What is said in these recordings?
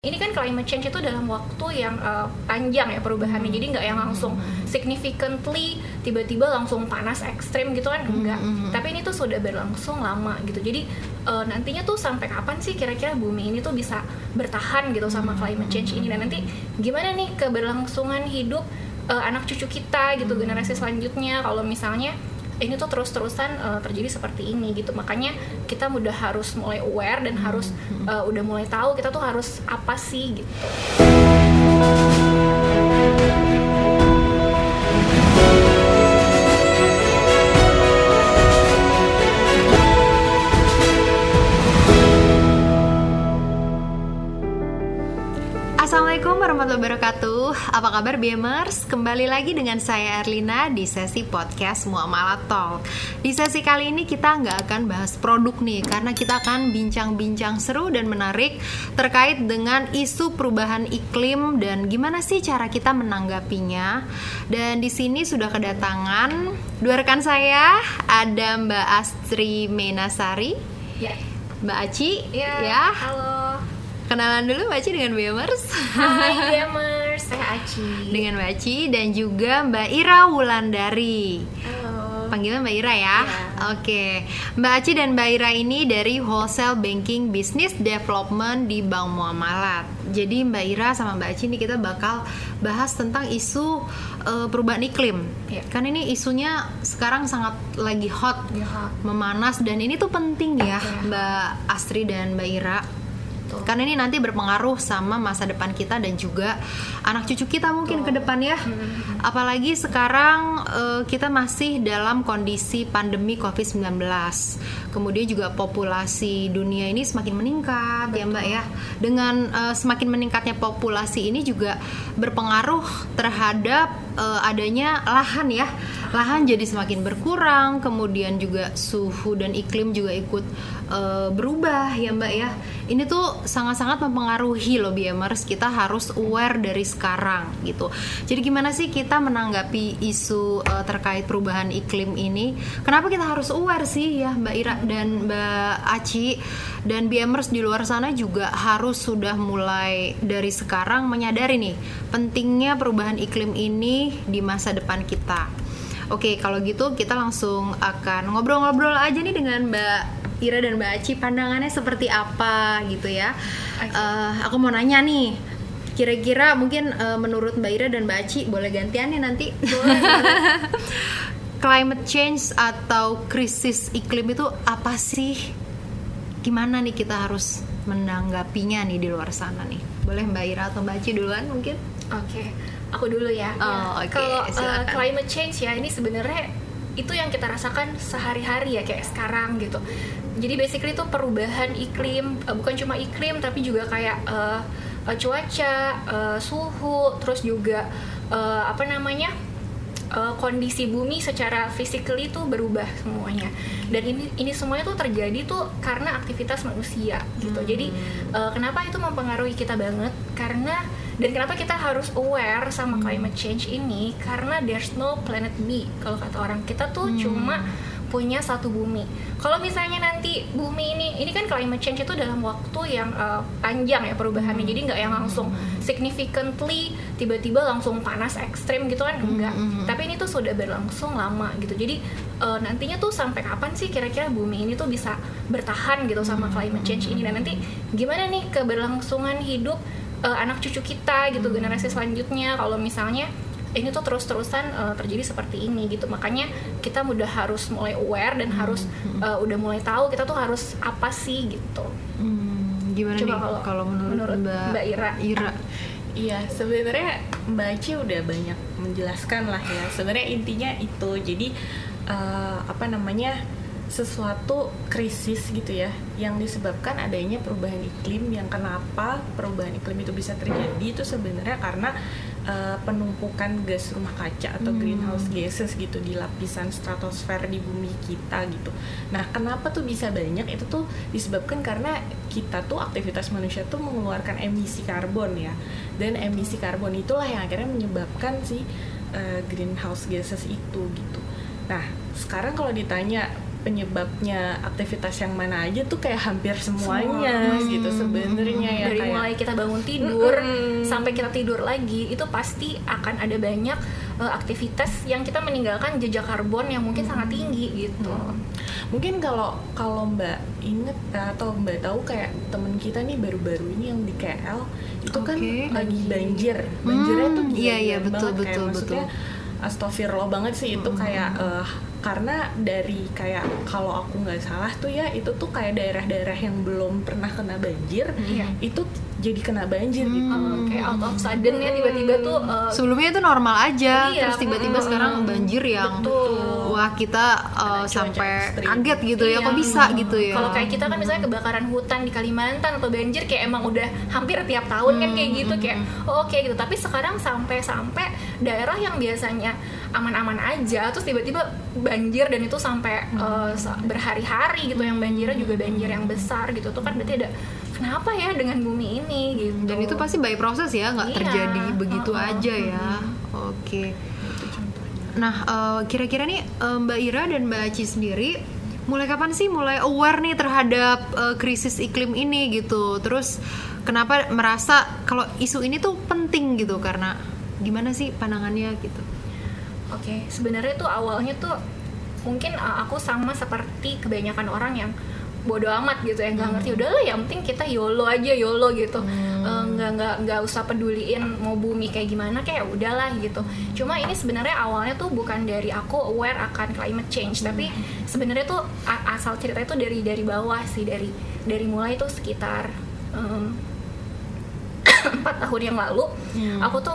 Ini kan climate change itu dalam waktu yang panjang ya perubahannya, jadi nggak yang langsung significantly tiba-tiba langsung panas ekstrim gitu kan, enggak. Tapi ini tuh sudah berlangsung lama gitu. Jadi nantinya tuh sampai kapan sih kira-kira bumi ini tuh bisa bertahan gitu sama climate change ini, dan nanti gimana nih keberlangsungan hidup anak cucu kita gitu, generasi selanjutnya kalau misalnya ini tuh terus-terusan terjadi seperti ini gitu. Makanya kita udah harus mulai aware dan harus udah mulai tahu kita tuh harus apa sih gitu. Assalamualaikum warahmatullahi wabarakatuh. Apa kabar BMers? Kembali lagi dengan saya Erlina di sesi podcast Muamalah Talk. Di sesi kali ini kita nggak akan bahas produk nih, karena kita akan bincang-bincang seru dan menarik terkait dengan isu perubahan iklim dan gimana sih cara kita menanggapinya. Dan di sini sudah kedatangan dua rekan saya, ada Mbak Astri Menasari, Mbak Aci, ya. Halo. Kenalan dulu Mbak Aci dengan BMers. Hai BMers, saya Aci. Dengan Mbak Aci dan juga Mbak Ira Wulandari. Halo. Panggilan Mbak Ira ya? Oke. Mbak Aci dan Mbak Ira ini dari Wholesale Banking Business Development di Bank Muamalat. Jadi Mbak Ira sama Mbak Aci ini kita bakal bahas tentang isu perubahan iklim. Kan ini isunya sekarang sangat lagi hot, memanas, dan ini tuh penting ya Mbak Astri dan Mbak Ira. Karena ini nanti berpengaruh sama masa depan kita dan juga anak cucu kita mungkin ke depan ya. Apalagi sekarang kita masih dalam kondisi pandemi COVID-19. Kemudian juga populasi dunia ini semakin meningkat. Ya Mbak ya. Dengan semakin meningkatnya populasi ini juga berpengaruh terhadap adanya lahan ya. Lahan jadi semakin berkurang, kemudian juga suhu dan iklim juga ikut berubah ya Mbak ya. Ini tuh sangat-sangat mempengaruhi loh BMers. Kita harus aware dari sekarang gitu. Jadi gimana sih kita menanggapi isu terkait perubahan iklim ini? Kenapa kita harus aware sih ya Mbak Ira dan Mbak Aci? Dan BMers di luar sana juga harus sudah mulai dari sekarang menyadari nih pentingnya perubahan iklim ini di masa depan kita. Oke, kalau gitu kita langsung akan ngobrol-ngobrol aja nih dengan Mbak Ira dan Mbak Aci, pandangannya seperti apa gitu ya. Aku mau nanya nih, kira-kira mungkin menurut Mbak Ira dan Mbak Aci, boleh gantian nih nanti. Climate change atau krisis iklim itu apa sih? Gimana nih kita harus menanggapinya nih di luar sana nih? Boleh Mbak Ira atau Mbak Aci duluan mungkin? Oke. Aku dulu ya. Kalau climate change ya, ini sebenarnya itu yang kita rasakan sehari-hari ya, kayak sekarang gitu. Jadi basically itu perubahan iklim, bukan cuma iklim tapi juga kayak cuaca, suhu, terus juga kondisi bumi secara physically itu berubah semuanya. Dan ini semuanya tuh terjadi tuh karena aktivitas manusia gitu. Jadi kenapa itu mempengaruhi kita banget? Dan kenapa kita harus aware sama climate change ini? Karena there's no planet B. Kalau kata orang, kita tuh cuma punya satu bumi. Kalau misalnya nanti bumi ini kan climate change itu dalam waktu yang panjang ya perubahannya, jadi nggak yang langsung significantly tiba-tiba langsung panas ekstrim gitu kan, enggak. Tapi ini tuh sudah berlangsung lama gitu. Jadi nantinya tuh sampai kapan sih kira-kira bumi ini tuh bisa bertahan gitu sama climate change ini, dan nanti gimana nih keberlangsungan hidup anak cucu kita gitu, generasi selanjutnya kalau misalnya ini tuh terus-terusan terjadi seperti ini gitu. Makanya kita udah harus mulai aware dan harus udah mulai tahu kita tuh harus apa sih gitu. Gimana coba nih kalau menurut Mbak Ira? Iya, sebenarnya Mbak Aci udah banyak menjelaskan lah ya. Sebenarnya intinya itu. Jadi sesuatu krisis gitu ya, yang disebabkan adanya perubahan iklim. Yang kenapa perubahan iklim itu bisa terjadi itu sebenarnya karena penumpukan gas rumah kaca atau greenhouse gases gitu di lapisan stratosfer di bumi kita gitu. Nah, kenapa tuh bisa banyak? Itu tuh disebabkan karena kita tuh aktivitas manusia tuh mengeluarkan emisi karbon ya. Dan emisi karbon itulah yang akhirnya menyebabkan si greenhouse gases itu gitu. Nah, sekarang kalau ditanya penyebabnya aktivitas yang mana aja tuh kayak hampir semuanya gitu sebenarnya ya. Dari kayak mulai kita bangun tidur sampai kita tidur lagi, itu pasti akan ada banyak aktivitas yang kita meninggalkan jejak karbon yang mungkin sangat tinggi gitu. Mungkin kalau Mbak inget atau Mbak tahu kayak temen kita nih baru-baru ini yang di KL itu kan lagi banjirnya tuh iya betul banget, kayak maksudnya astagfirullah banget sih itu kayak karena dari kayak kalau aku nggak salah tuh ya itu tuh kayak daerah-daerah yang belum pernah kena banjir itu jadi kena banjir gitu. Kayak out of sudden ya tiba-tiba tuh sebelumnya itu normal aja, iya, terus tiba-tiba sekarang banjir yang wah kita sampai kaget gitu ya, kok bisa gitu ya. Kalau kayak kita kan misalnya kebakaran hutan di Kalimantan atau banjir kayak emang udah hampir tiap tahun kan kayak gitu kayak oke gitu. Tapi sekarang sampai daerah yang biasanya aman-aman aja terus tiba-tiba banjir dan itu sampai berhari-hari gitu, yang banjirnya juga banjir yang besar gitu tuh kan berarti ada kenapa ya dengan bumi ini gitu. Dan itu pasti by proses ya, nggak terjadi begitu aja ya. Oke. Nah, kira-kira nih Mbak Ira dan Mbak Aci sendiri mulai kapan sih mulai aware nih terhadap krisis iklim ini gitu? Terus kenapa merasa kalau isu ini tuh penting gitu? Karena gimana sih pandangannya gitu? Oke, sebenarnya tuh awalnya tuh mungkin aku sama seperti kebanyakan orang yang bodo amat gitu ya, nggak ngerti, udahlah yang penting kita YOLO gitu, nggak usah peduliin mau bumi kayak gimana, kayak udahlah gitu. Cuma ini sebenarnya awalnya tuh bukan dari aku aware akan climate change, tapi sebenarnya tuh asal cerita itu dari bawah sih, dari mulai tuh sekitar 4 tahun yang lalu aku tuh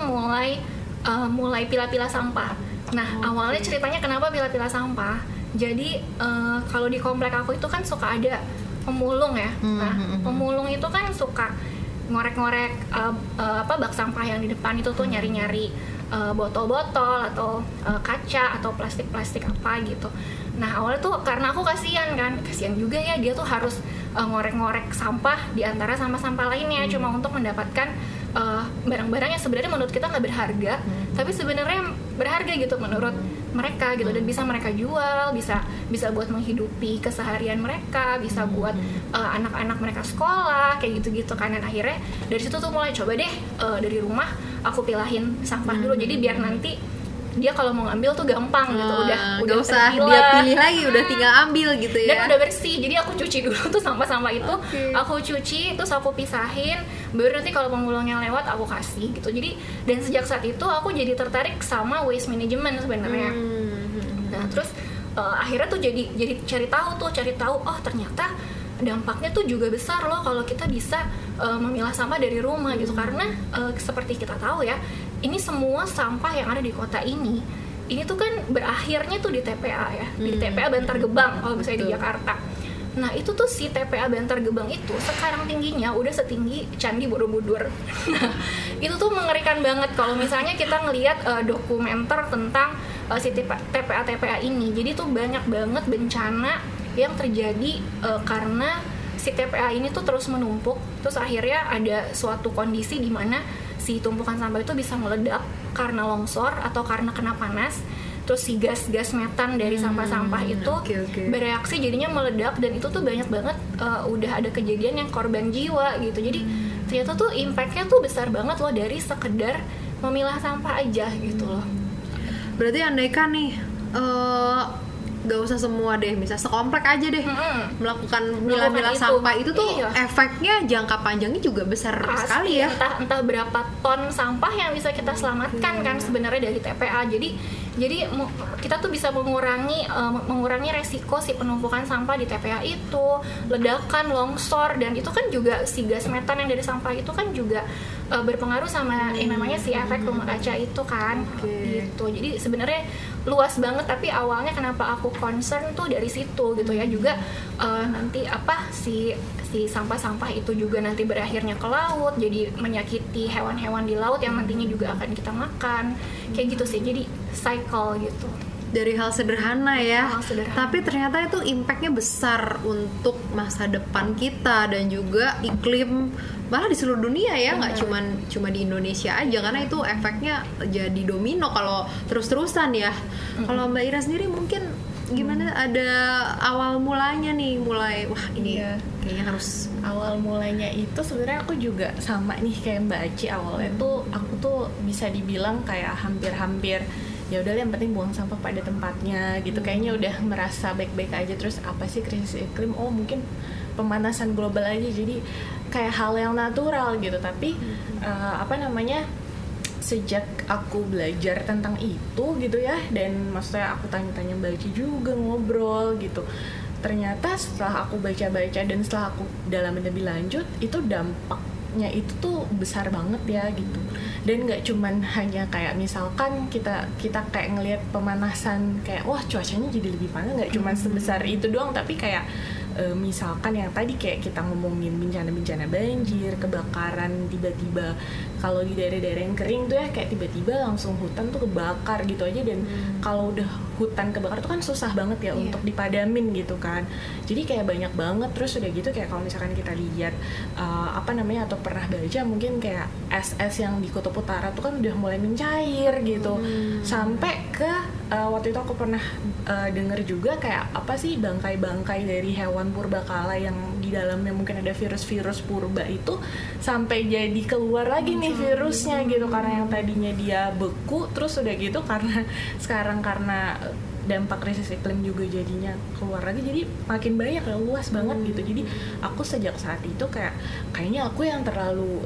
mulai pilah-pilah sampah. Nah awalnya ceritanya kenapa pilah-pilah sampah, jadi kalau di komplek aku itu kan suka ada pemulung ya. Nah pemulung itu kan suka ngorek-ngorek bak sampah yang di depan itu tuh, nyari-nyari botol-botol atau kaca atau plastik-plastik apa gitu. Nah awalnya tuh karena aku kasihan juga ya, dia tuh harus ngorek-ngorek sampah di antara sampah-sampah lainnya cuma untuk mendapatkan barang-barang yang sebenarnya menurut kita nggak berharga, tapi sebenarnya berharga gitu menurut mereka gitu, dan bisa mereka jual, bisa buat menghidupi keseharian mereka, bisa buat anak-anak mereka sekolah kayak gitu-gitu kan. Dan akhirnya dari situ tuh mulai coba deh dari rumah aku pilahin sampah dulu, jadi biar nanti dia kalau mau ngambil tuh gampang gitu, udah gak usah dia pilih lagi, udah tinggal ambil gitu ya. Dan udah bersih, jadi aku cuci dulu tuh sampah-sampah itu, aku cuci terus aku pisahin, baru nanti kalau pemulung yang lewat aku kasih gitu. Jadi dan sejak saat itu aku jadi tertarik sama waste management sebenarnya. Nah terus akhirnya tuh jadi cari tahu oh ternyata dampaknya tuh juga besar loh kalau kita bisa memilah sampah dari rumah gitu, karena seperti kita tahu ya, ini semua sampah yang ada di kota ini tuh kan berakhirnya tuh di TPA ya, di TPA Bantar Gebang kalau misalnya di Jakarta. Nah itu tuh si TPA Bantar Gebang itu sekarang tingginya udah setinggi Candi Borobudur. Nah itu tuh mengerikan banget kalau misalnya kita ngelihat dokumenter tentang si TPA ini. Jadi tuh banyak banget bencana yang terjadi karena si TPA ini tuh terus menumpuk, terus akhirnya ada suatu kondisi di mana si tumpukan sampah itu bisa meledak karena longsor atau karena kena panas. Terus si gas metan dari sampah-sampah itu bereaksi jadinya meledak, dan itu tuh banyak banget udah ada kejadian yang korban jiwa gitu. Jadi ternyata tuh impactnya tuh besar banget loh dari sekedar memilah sampah aja gitu loh. Berarti andaikan nih gak usah semua deh, misal sekomplek aja deh melakukan milah-milah sampah itu tuh efeknya jangka panjangnya juga besar sekali ya. Entah berapa ton sampah yang bisa kita selamatkan kan sebenarnya dari TPA. Jadi kita tuh bisa mengurangi resiko si penumpukan sampah di TPA itu, ledakan, longsor, dan itu kan juga si gas metan yang dari sampah itu kan juga berpengaruh sama yang namanya si efek rumah kaca itu kan. Gitu. Jadi sebenarnya luas banget, tapi awalnya kenapa aku concern tuh dari situ gitu ya, juga nanti si sampah-sampah itu juga nanti berakhirnya ke laut, jadi menyakiti hewan-hewan di laut yang nantinya juga akan kita makan kayak gitu sih. Jadi cycle gitu. Dari hal sederhana ya, tapi ternyata itu impactnya besar untuk masa depan kita dan juga iklim, malah di seluruh dunia ya, nggak cuma di Indonesia aja, karena itu efeknya jadi domino kalau terus-terusan ya. Kalau Mbak Ira sendiri mungkin gimana ada awal mulanya nih, mulai wah ini kayaknya harus. Awal mulainya itu sebenarnya aku juga sama nih kayak Mbak Aci. Awalnya tuh aku tuh bisa dibilang kayak hampir-hampir ya udah yang penting buang sampah pada tempatnya gitu, kayaknya udah merasa baik-baik aja. Terus apa sih krisis iklim? Oh mungkin pemanasan global aja, jadi kayak hal yang natural gitu. Tapi sejak aku belajar tentang itu gitu ya, dan maksudnya aku tanya-tanya Mbak Aci juga, ngobrol gitu, ternyata setelah aku baca-baca dan setelah aku dalamin lebih lanjut, itu dampaknya itu tuh besar banget ya gitu. Dan nggak cuman hanya kayak misalkan kita kayak ngelihat pemanasan kayak wah cuacanya jadi lebih panas, nggak cuman sebesar itu doang, tapi kayak misalkan yang tadi kayak kita ngomongin bencana-bencana banjir, kebakaran tiba-tiba, kalau di daerah-daerah yang kering tuh ya kayak tiba-tiba langsung hutan tuh kebakar gitu aja. Dan kalau udah hutan kebakar tuh kan susah banget ya untuk dipadamin gitu kan, jadi kayak banyak banget. Terus udah gitu kayak kalau misalkan kita lihat atau pernah baca mungkin kayak es yang di Kutub Utara tuh kan udah mulai mencair gitu, sampai ke waktu itu aku pernah denger juga kayak apa sih bangkai-bangkai dari hewan purbakala yang di dalamnya mungkin ada virus-virus purba itu sampai jadi keluar lagi nih virusnya gitu, karena yang tadinya dia beku, terus udah gitu karena sekarang karena dampak krisis iklim juga jadinya keluar lagi, jadi makin banyak ya, luas banget gitu. Jadi aku sejak saat itu kayaknya aku yang terlalu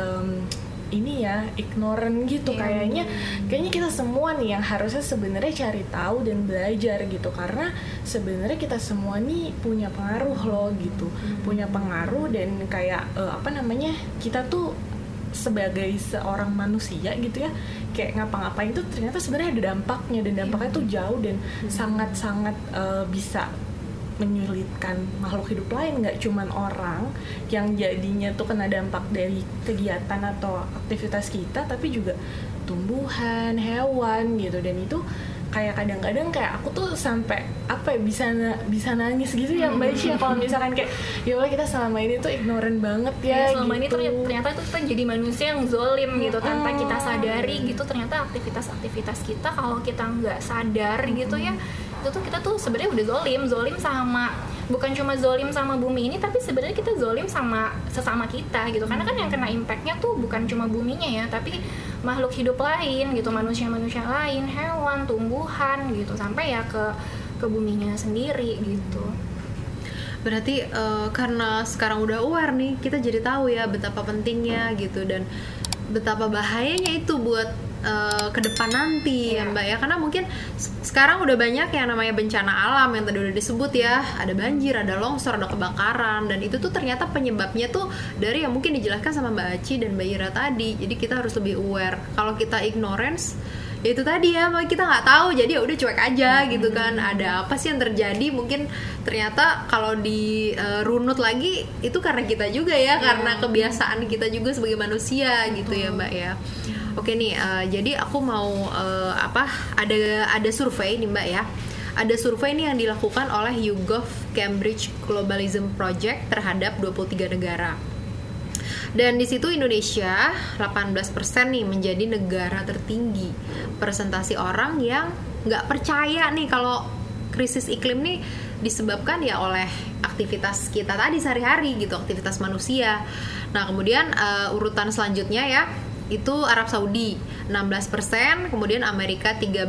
ignorant gitu. Kayaknya kita semua nih yang harusnya sebenarnya cari tahu dan belajar gitu, karena sebenarnya kita semua nih punya pengaruh loh gitu, punya pengaruh. Dan kayak kita tuh sebagai seorang manusia gitu ya, kayak ngapa-ngapain tuh ternyata sebenarnya ada dampaknya, dan dampaknya tuh jauh dan sangat-sangat bisa menyulitkan makhluk hidup lain, nggak cuman orang yang jadinya tuh kena dampak dari kegiatan atau aktivitas kita, tapi juga tumbuhan, hewan gitu. Dan itu kayak kadang-kadang kayak aku tuh sampai bisa nangis gitu ya Mbak Cia, kalau misalkan kayak ya Allah kita selama ini tuh ignorant banget ya selama gitu. ini ternyata tuh kita jadi manusia yang zolim gitu tanpa kita sadari gitu. Ternyata aktivitas kita kalau kita nggak sadar gitu ya, itu tuh kita tuh sebenarnya udah zolim sama, bukan cuma zolim sama bumi ini, tapi sebenarnya kita zolim sama sesama kita gitu. Karena kan yang kena impactnya tuh bukan cuma buminya ya, tapi makhluk hidup lain gitu, manusia lain, hewan, tumbuhan gitu, sampai ya ke buminya sendiri gitu. Berarti karena sekarang udah aware nih, kita jadi tahu ya betapa pentingnya gitu, dan betapa bahayanya itu buat ke depan nanti ya Mbak ya. Karena mungkin sekarang udah banyak yang namanya bencana alam yang tadi udah disebut ya, ada banjir, ada longsor, ada kebakaran, dan itu tuh ternyata penyebabnya tuh dari yang mungkin dijelaskan sama Mbak Aci dan Mbak Ira tadi. Jadi kita harus lebih aware. Kalau kita ignorance, ya itu tadi ya, kita nggak tahu, jadi ya udah cuek aja gitu kan. Ada apa sih yang terjadi? Mungkin ternyata kalau dirunut lagi itu karena kita juga ya, karena kebiasaan kita juga sebagai manusia gitu ya Mbak ya. Oke nih, jadi aku mau ada survei nih Mbak ya. Ada survei nih yang dilakukan oleh YouGov Cambridge Globalism Project terhadap 23 negara. Dan di situ Indonesia 18% nih menjadi negara tertinggi persentase orang yang nggak percaya nih kalau krisis iklim nih disebabkan ya oleh aktivitas kita tadi sehari-hari gitu, aktivitas manusia. Nah kemudian urutan selanjutnya ya itu Arab Saudi 16%, kemudian Amerika 13%.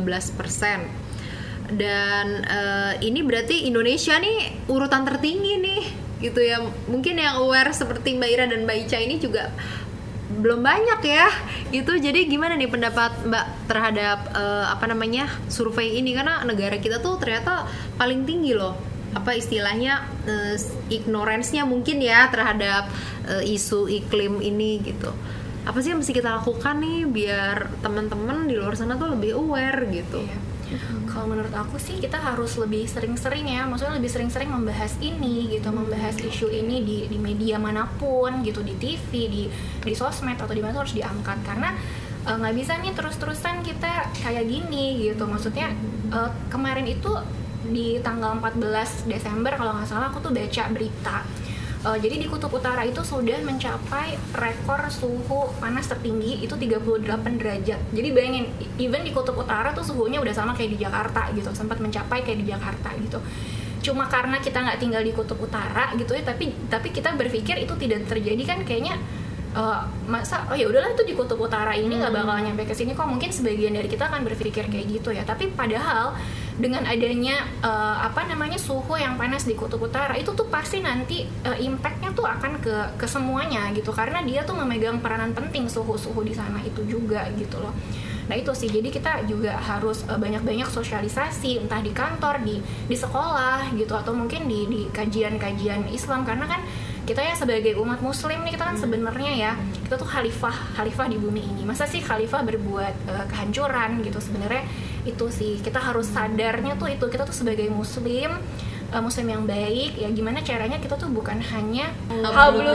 Dan ini berarti Indonesia nih urutan tertinggi nih gitu ya. Mungkin yang aware seperti Mbak Ira dan Mbak Ica ini juga belum banyak ya gitu. Jadi gimana nih pendapat Mbak terhadap survei ini, karena negara kita tuh ternyata paling tinggi loh istilahnya ignorance-nya mungkin ya terhadap isu iklim ini gitu. Apa sih yang mesti kita lakukan nih biar teman-teman di luar sana tuh lebih aware gitu? Kalau menurut aku sih kita harus lebih sering-sering ya, maksudnya lebih sering-sering membahas ini gitu, membahas isu ini di media manapun gitu, di TV, di sosmed atau di mana harus diangkat, karena nggak bisa nih terus-terusan kita kayak gini gitu. Maksudnya kemarin itu di tanggal 14 Desember kalau nggak salah aku tuh baca berita Jadi di Kutub Utara itu sudah mencapai rekor suhu panas tertinggi itu 38 derajat. Jadi bayangin, even di Kutub Utara tuh suhunya udah sama kayak di Jakarta gitu, sempat mencapai kayak di Jakarta gitu. Cuma karena kita nggak tinggal di Kutub Utara gitu ya, tapi kita berpikir itu tidak terjadi kan kayaknya. Masa ya udahlah itu di Kutub Utara ini nggak bakal nyampe ke sini kok. Mungkin sebagian dari kita akan berpikir kayak gitu ya, tapi padahal dengan adanya suhu yang panas di Kutub Utara itu tuh pasti nanti impactnya tuh akan ke semuanya gitu, karena dia tuh memegang peranan penting suhu di sana itu juga gitu loh. Nah itu sih, jadi kita juga harus banyak-banyak sosialisasi, entah di kantor, di sekolah gitu, atau mungkin di kajian-kajian Islam, karena kan kita ya sebagai umat muslim nih, kita kan sebenarnya ya, kita tuh khalifah di bumi ini. Masa sih khalifah berbuat kehancuran gitu? Sebenarnya itu sih, kita harus sadarnya tuh itu, kita tuh sebagai muslim yang baik ya, gimana caranya kita tuh bukan hanya hablum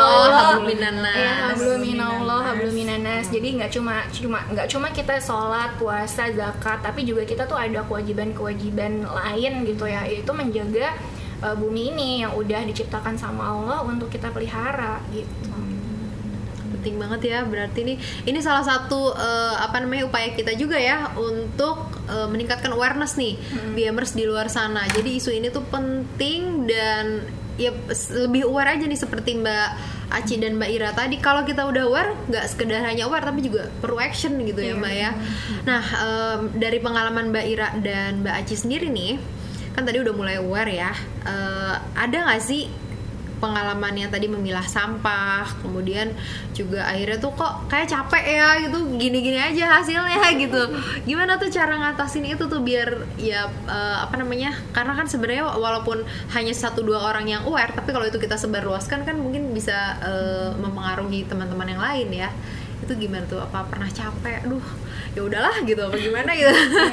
minallah. Jadi nggak cuma kita sholat, puasa, zakat, tapi juga kita tuh ada kewajiban lain gitu ya, yaitu menjaga bumi ini yang udah diciptakan sama Allah untuk kita pelihara gitu. Penting banget ya, berarti ini salah satu upaya kita juga ya untuk meningkatkan awareness nih BMers di luar sana. Jadi isu ini tuh penting, dan ya lebih aware aja nih seperti Mbak Aci dan Mbak Ira tadi. Kalau kita udah aware, nggak sekedar hanya aware tapi juga perlu action gitu ya Mbak ya. Nah dari pengalaman Mbak Ira dan Mbak Aci sendiri nih, kan tadi udah mulai aware ya, ada nggak sih pengalaman yang tadi memilah sampah, kemudian juga akhirnya tuh kok kayak capek ya gitu, gini-gini aja hasilnya gitu. Gimana tuh cara ngatasin itu tuh biar ya karena kan sebenarnya walaupun hanya 1-2 orang yang aware, tapi kalau itu kita sebarluaskan kan mungkin bisa mempengaruhi teman-teman yang lain ya. Itu gimana tuh? Apa pernah capek? Aduh, ya udahlah gitu, apa gimana gitu?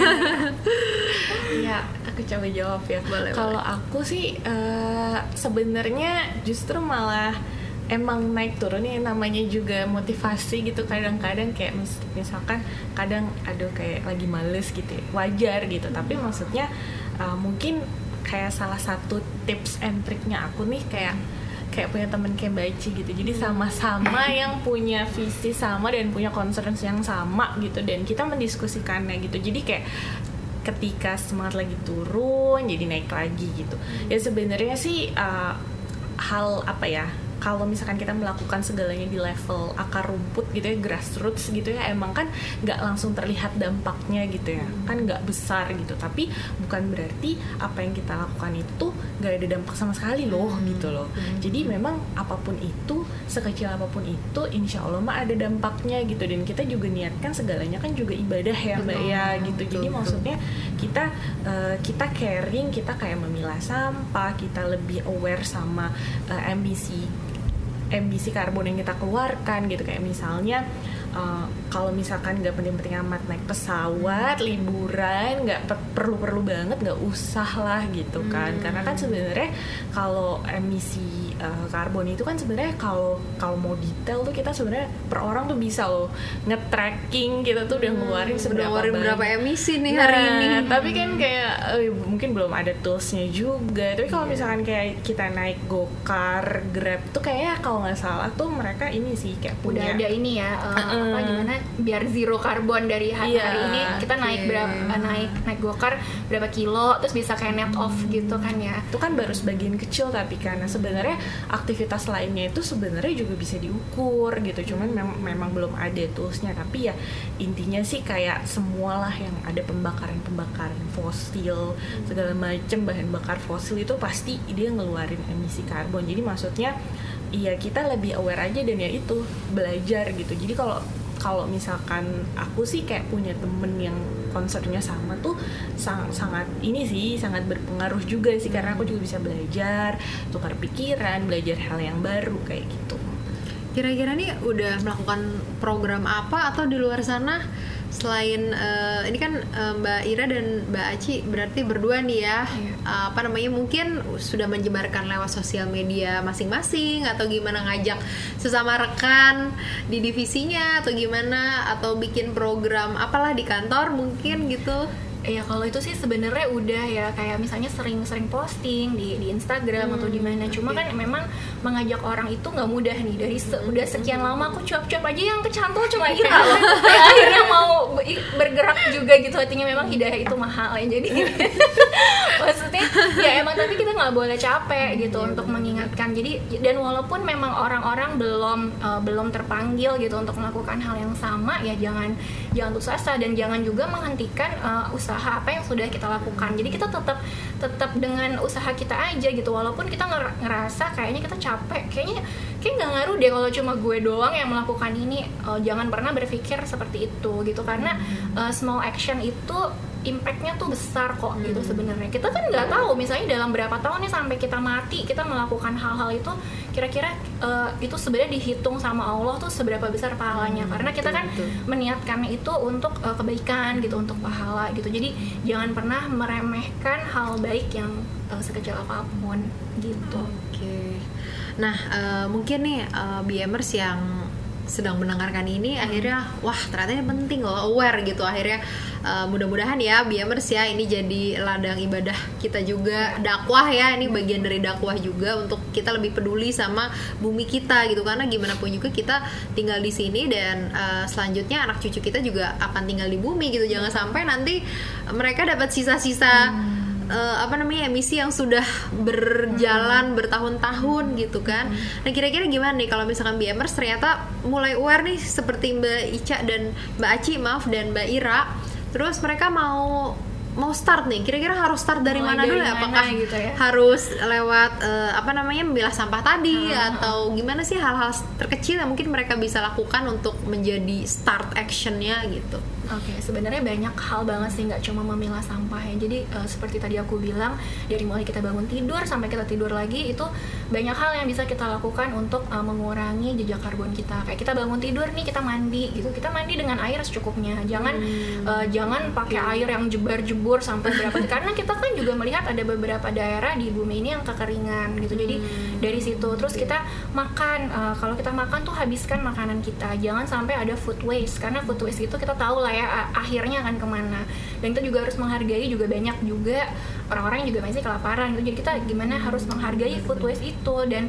Ya, aku coba jawab ya. Kalau aku sih sebenarnya justru malah emang naik turun ya, namanya juga motivasi gitu. Kadang-kadang kayak misalkan kadang kayak lagi males gitu ya, wajar gitu. Tapi maksudnya mungkin kayak salah satu tips and triknya aku nih kayak punya temen kayak Mbak Ici gitu. Jadi sama-sama yang punya visi sama dan punya concern yang sama gitu, dan kita mendiskusikannya gitu. Jadi kayak ketika semangat lagi turun jadi naik lagi gitu. Ya sebenarnya sih hal kalau misalkan kita melakukan segalanya di level akar rumput gitu ya, grassroots gitu ya, emang kan nggak langsung terlihat dampaknya gitu ya, kan nggak besar gitu. Tapi bukan berarti apa yang kita lakukan itu nggak ada dampak sama sekali loh gitu loh. Jadi memang apapun itu, sekecil apapun itu, insya Allah mah ada dampaknya gitu. Dan kita juga niatkan segalanya kan juga ibadah ya Mbak ya gitu. Jadi maksudnya kita caring, kita kayak memilah sampah, kita lebih aware sama emisi karbon yang kita keluarkan gitu. Kayak misalnya kalau misalkan nggak penting-penting amat naik pesawat, liburan, nggak perlu banget, nggak usah lah gitu kan. Karena kan sebenarnya kalau emisi karbon itu kan sebenarnya kalau mau detail tuh kita sebenarnya per orang tuh bisa loh nge-tracking, kita tuh udah ngeluarin berapa emisi nih hari ini. Tapi kan kayak mungkin belum ada toolsnya juga. Tapi kalau misalkan kayak kita naik Gokar, Grab tuh kayaknya kalau nggak salah tuh mereka ini sih kayak punya, udah ada ini ya gimana biar zero karbon dari hari ini kita naik berapa naik Gokar berapa kilo, terus bisa kayak net off gitu kan ya. Itu kan baru sebagian kecil, tapi karena sebenarnya aktivitas lainnya itu sebenarnya juga bisa diukur gitu. Cuman memang belum ada toolsnya. Tapi ya intinya sih kayak semualah yang ada pembakaran fosil segala macam bahan bakar fosil itu pasti dia ngeluarin emisi karbon. Jadi maksudnya iya kita lebih aware aja, dan ya itu belajar gitu. Jadi kalau misalkan aku sih kayak punya temen yang concernnya sama tuh sangat berpengaruh juga sih, karena aku juga bisa belajar, tukar pikiran, belajar hal yang baru kayak gitu. Kira-kira nih udah melakukan program apa atau di luar sana selain ini kan Mbak Ira dan Mbak Aci berarti berdua nih ya, mungkin sudah menyebarkan lewat sosial media masing-masing atau gimana, ngajak sesama rekan di divisinya atau gimana, atau bikin program apalah di kantor mungkin gitu. Ya kalau itu sih sebenarnya udah ya, kayak misalnya sering-sering posting di Instagram atau di mana. Cuma kan memang mengajak orang itu nggak mudah nih. Dari udah sekian lama aku cuap-cuap aja yang kecantol cuma Ira loh. Yang akhirnya mau bergerak juga gitu. Artinya memang hidayah itu mahal ya. Jadi maksudnya ya emang, tapi kita nggak boleh capek gitu untuk mengingatkan. Jadi dan walaupun memang orang-orang belum terpanggil gitu untuk melakukan hal yang sama, ya jangan putus asa dan jangan juga menghentikan usaha apa yang sudah kita lakukan. Jadi kita tetap dengan usaha kita aja gitu, walaupun kita ngerasa kayaknya kita capek, kayak nggak ngaruh deh kalau cuma gue doang yang melakukan ini. Jangan pernah berpikir seperti itu gitu, karena small action itu impactnya tuh besar kok gitu sebenarnya. Kita kan nggak tahu misalnya dalam berapa tahun nih sampai kita mati kita melakukan hal-hal itu, kira-kira itu sebenarnya dihitung sama Allah tuh seberapa besar pahalanya, karena kita kan meniatkannya itu untuk kebaikan gitu, untuk pahala gitu. Jadi jangan pernah meremehkan hal baik yang sekecil apapun gitu. Oke. Nah, mungkin nih BMers yang sedang mendengarkan ini akhirnya wah ternyata ini penting loh, aware gitu. Akhirnya mudah-mudahan ya BMers ya, ini jadi ladang ibadah kita juga, dakwah ya, ini bagian dari dakwah juga untuk kita lebih peduli sama bumi kita gitu, karena gimana pun juga kita tinggal di sini dan selanjutnya anak cucu kita juga akan tinggal di bumi gitu. Jangan sampai nanti mereka dapat sisa-sisa emisi yang sudah berjalan bertahun-tahun gitu kan. Nah kira-kira gimana nih kalau misalkan BMers ternyata mulai aware nih seperti Mbak Ica dan Mbak Aci dan Mbak Ira, terus mereka mau start nih, kira-kira harus start dari mana dulu ya? Apakah gitu ya? Harus lewat memilah sampah tadi atau gimana sih hal-hal terkecil yang mungkin mereka bisa lakukan untuk menjadi start actionnya gitu? Oke, sebenarnya banyak hal banget sih, nggak cuma memilah sampah ya. Jadi seperti tadi aku bilang, dari mulai kita bangun tidur sampai kita tidur lagi, itu banyak hal yang bisa kita lakukan untuk mengurangi jejak karbon kita. Kayak kita bangun tidur nih, kita mandi gitu, kita mandi dengan air secukupnya. Jangan pakai air yang jebar-jebur sampai berapa, karena kita kan juga melihat ada beberapa daerah di bumi ini yang kekeringan gitu. Jadi dari situ terus kita makan, kalau kita makan tuh habiskan makanan kita, jangan sampai ada food waste, karena food waste itu kita tahu lah ya akhirnya akan kemana. Dan kita juga harus menghargai, juga banyak juga orang-orang yang juga masih kelaparan gitu. Jadi kita gimana harus menghargai food waste itu, dan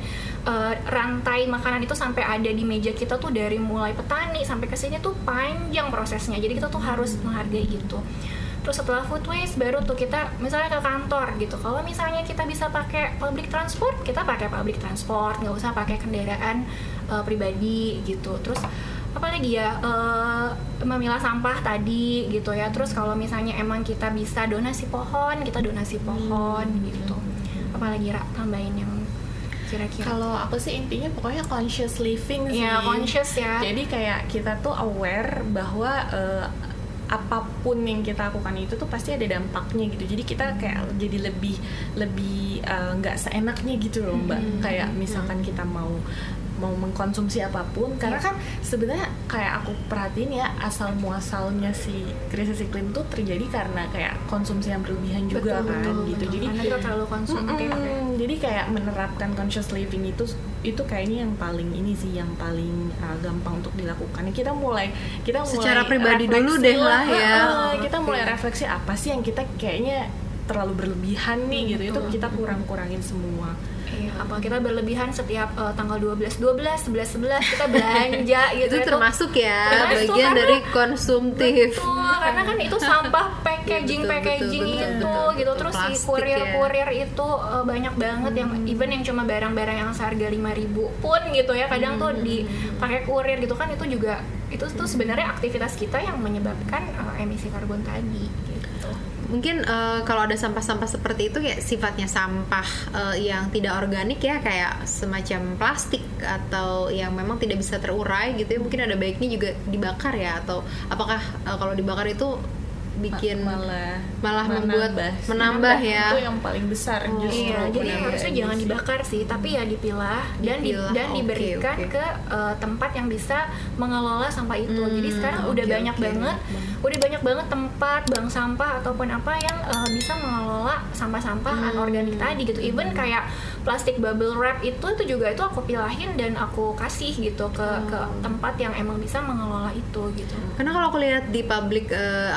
rantai makanan itu sampai ada di meja kita tuh dari mulai petani sampai ke sini tuh panjang prosesnya. Jadi kita tuh harus menghargai itu. Terus setelah food waste baru tuh kita misalnya ke kantor gitu. Kalau misalnya kita bisa pakai public transport, kita pakai public transport, nggak usah pakai kendaraan pribadi gitu. Terus apalagi ya, memilah sampah tadi gitu ya. Terus kalau misalnya emang kita bisa donasi pohon, kita donasi pohon gitu. Apalagi tambahin yang kira-kira? Kalau aku sih intinya pokoknya conscious living sih. Ya, conscious ya. Jadi kayak kita tuh aware bahwa apapun yang kita lakukan itu tuh pasti ada dampaknya gitu. Jadi kita kayak jadi lebih nggak seenaknya gitu loh Mbak. Kayak misalkan kita mau mengkonsumsi apapun, karena kan sebenarnya kayak aku perhatiin ya, asal muasalnya si krisis iklim tuh terjadi karena kayak konsumsi yang berlebihan juga. Betul, gitu. Jadi karena kita terlalu konsumtif. Jadi kayak menerapkan conscious living itu kayaknya yang paling ini sih, yang paling gampang untuk dilakukan. Kita mulai secara pribadi dulu deh lah ya. Kita mulai refleksi apa sih yang kita kayaknya terlalu berlebihan nih gitu. Itu kita kurangin semua. Iya, apa kita berlebihan setiap tanggal 12, 11 kita belanja gitu. Itu termasuk ya bagian dari konsumtif. Betul, karena kan itu sampah packaging itu gitu. Terus si kurir itu banyak banget yang even yang cuma barang-barang yang seharga 5.000 pun gitu ya, kadang tuh dipakai kurir gitu kan. Itu juga itu tuh sebenarnya aktivitas kita yang menyebabkan emisi karbon tadi gitu. Mungkin kalau ada sampah-sampah seperti itu ya sifatnya sampah yang tidak organik ya, kayak semacam plastik atau yang memang tidak bisa terurai gitu ya, mungkin ada baiknya juga dibakar ya, atau apakah kalau dibakar itu bikin malah membuat menambah ya. Itu yang paling besar justru. Iya, jadi harusnya jangan dibakar sih, tapi ya dipilah dan diberikan ke tempat yang bisa mengelola sampah itu. Jadi sekarang udah banyak banget tempat bank sampah ataupun apa yang bisa mengelola sampah-sampah anorganik tadi gitu. Even kayak plastik bubble wrap itu juga aku pilahin dan aku kasih gitu ke tempat yang emang bisa mengelola itu gitu. Karena kalau aku lihat di public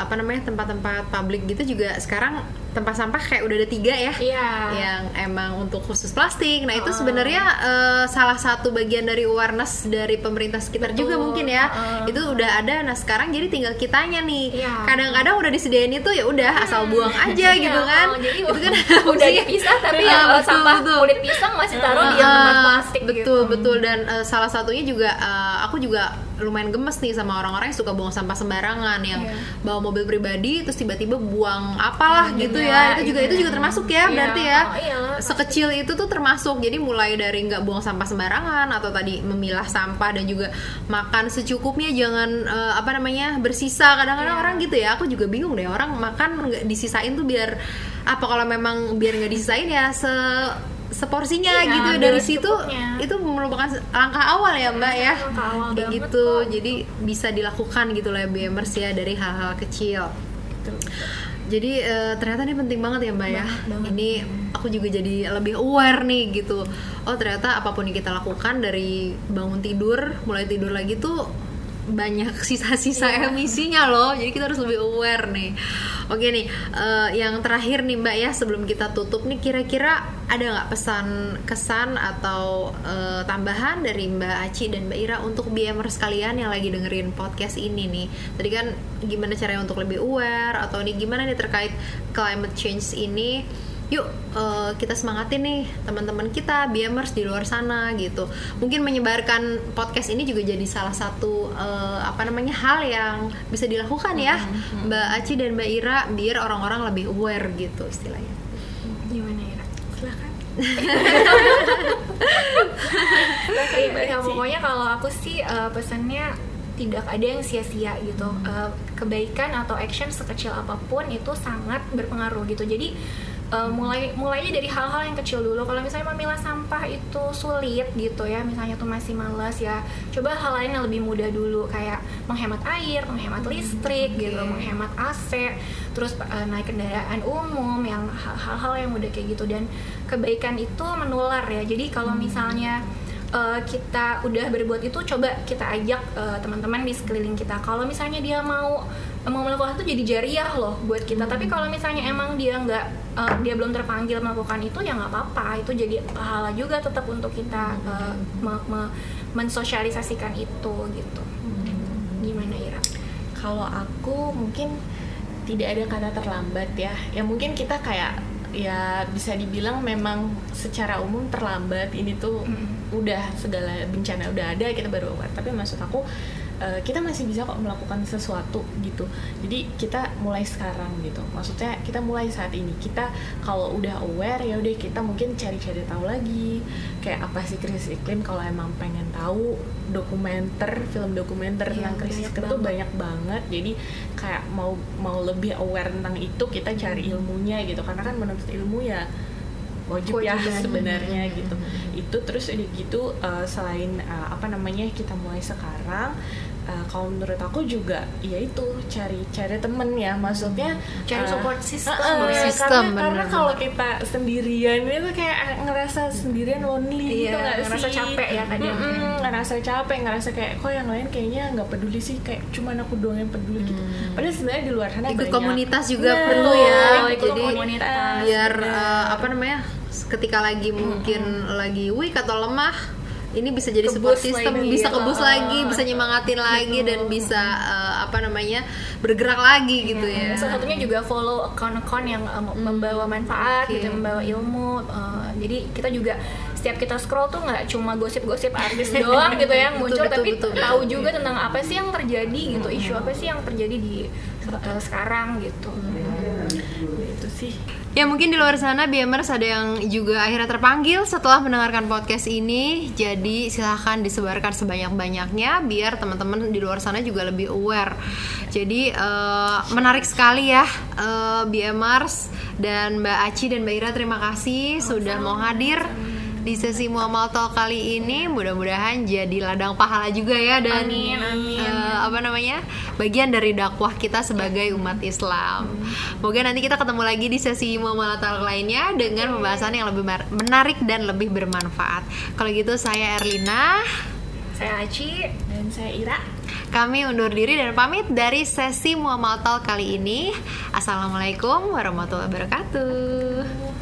tempat-tempat publik gitu juga sekarang tempat sampah kayak udah ada 3 ya, Iya. yang emang untuk khusus plastik. Nah itu sebenarnya salah satu bagian dari awareness dari pemerintah sekitar juga mungkin ya. Itu udah ada. Nah sekarang jadi tinggal kitanya nih. Iya. Kadang-kadang udah disediain itu ya udah asal buang aja gitu kan. Jadi Itu kan udah dipisah tapi ya sampah kulit pisang masih taruh di tempat plastik betul, gitu. betul. Dan salah satunya juga aku juga lumayan gemes nih sama orang-orang yang suka buang sampah sembarangan, yang bawa mobil pribadi terus tiba-tiba buang apalah gitu ya. Itu juga termasuk ya, berarti ya. Sekecil itu tuh termasuk. Jadi mulai dari nggak buang sampah sembarangan, atau tadi memilah sampah, dan juga makan secukupnya, jangan bersisa. Kadang-kadang orang gitu ya, aku juga bingung deh, orang makan nggak disisain tuh biar apa, kalau memang biar nggak disisain ya seporsinya gitu. Dari situ secukupnya. itu merupakan langkah awal ya Mbak ya, langkah awal kayak banget gitu. kok. Jadi bisa dilakukan gitu lah BMers ya, dari hal-hal kecil. Jadi ternyata ini penting banget ya Mbak ya. Ini aku juga jadi lebih aware nih gitu. Oh ternyata apapun yang kita lakukan, dari bangun tidur, mulai tidur lagi tuh banyak sisa-sisa emisinya loh. Jadi kita harus lebih aware nih. Oke nih, yang terakhir nih Mbak ya, sebelum kita tutup nih, kira-kira ada nggak pesan kesan atau tambahan dari Mbak Aci dan Mbak Ira untuk BMers kalian yang lagi dengerin podcast ini nih? Tadi kan gimana caranya untuk lebih aware, atau nih gimana nih terkait climate change ini? Yuk kita semangatin nih teman-teman kita BMers di luar sana gitu. Mungkin menyebarkan podcast ini juga jadi salah satu hal yang bisa dilakukan ya Mbak Aci dan Mbak Ira, biar orang-orang lebih aware gitu istilahnya. Gimana Ira? Silakan. Ya, pokoknya kalau aku sih pesannya tidak ada yang sia-sia gitu. Kebaikan atau action sekecil apapun itu sangat berpengaruh gitu. Jadi mulainya dari hal-hal yang kecil dulu. Kalau misalnya memilah sampah itu sulit gitu ya, misalnya tuh masih malas ya, coba hal lain yang lebih mudah dulu, kayak menghemat air, menghemat listrik gitu, menghemat AC, terus naik kendaraan umum, yang hal-hal yang mudah kayak gitu. Dan kebaikan itu menular ya. Jadi kalau misalnya kita udah berbuat itu, coba kita ajak teman-teman di sekeliling kita. Kalau misalnya dia mau melakukan itu, jadi jariah loh buat kita. Tapi kalau misalnya emang dia dia belum terpanggil melakukan itu, ya nggak apa-apa. Itu jadi pahala juga tetap untuk kita mensosialisasikan itu gitu. Gimana Ira? Kalau aku mungkin tidak ada kata terlambat ya. Ya mungkin kita kayak ya bisa dibilang memang secara umum terlambat. Ini tuh udah segala bencana udah ada, kita baru aware. Tapi maksud aku kita masih bisa kok melakukan sesuatu gitu. Jadi kita mulai sekarang gitu. Maksudnya kita mulai saat ini. Kita kalau udah aware, ya udah kita mungkin cari-cari tahu lagi kayak apa sih krisis iklim. Kalau emang pengen tahu, film dokumenter tentang krisis iklim itu banyak banget. Jadi kayak mau lebih aware tentang itu, kita cari ilmunya gitu. Karena kan menurut ilmu ya wajib ya sebenarnya gitu. Itu terus udah gitu selain kita mulai sekarang, kalau menurut aku juga ya itu cari temen ya, maksudnya cari support system. Karena kalau kita sendirian itu kayak ngerasa sendirian, lonely gitu, ngerasa capek ya tadi. Ngerasa capek, ngerasa kayak kok yang lain kayaknya nggak peduli sih, kayak cuman aku doang yang peduli gitu. Padahal sebenarnya di luar sana ikut banyak komunitas juga perlu ya. Jadi komunitas, biar ketika lagi mungkin lagi weak atau lemah, ini bisa jadi support system, bisa kebus lagi, bisa nyemangatin lagi, dan bisa bergerak lagi gitu ya. Salah satunya juga follow account-account yang membawa manfaat gitu, membawa ilmu. Jadi kita juga setiap kita scroll tuh nggak cuma gosip-gosip artis doang gitu yang muncul, tapi tahu juga tentang apa sih yang terjadi gitu, isu apa sih yang terjadi di sekarang gitu. Itu sih. Ya mungkin di luar sana BMers ada yang juga akhirnya terpanggil setelah mendengarkan podcast ini. Jadi silahkan disebarkan sebanyak-banyaknya biar teman-teman di luar sana juga lebih aware. Jadi menarik sekali ya BMers, dan Mbak Aci dan Mbak Ira, terima kasih sudah mau hadir di sesi Muamal Talk kali ini. Mudah-mudahan jadi ladang pahala juga ya, dan bagian dari dakwah kita sebagai umat Islam. Semoga nanti kita ketemu lagi di sesi Muamal Talk lainnya dengan pembahasan yang lebih menarik dan lebih bermanfaat. Kalau gitu saya Erlina, saya Aci, dan saya Ira. Kami undur diri dan pamit dari sesi Muamal Talk kali ini. Assalamualaikum warahmatullahi wabarakatuh.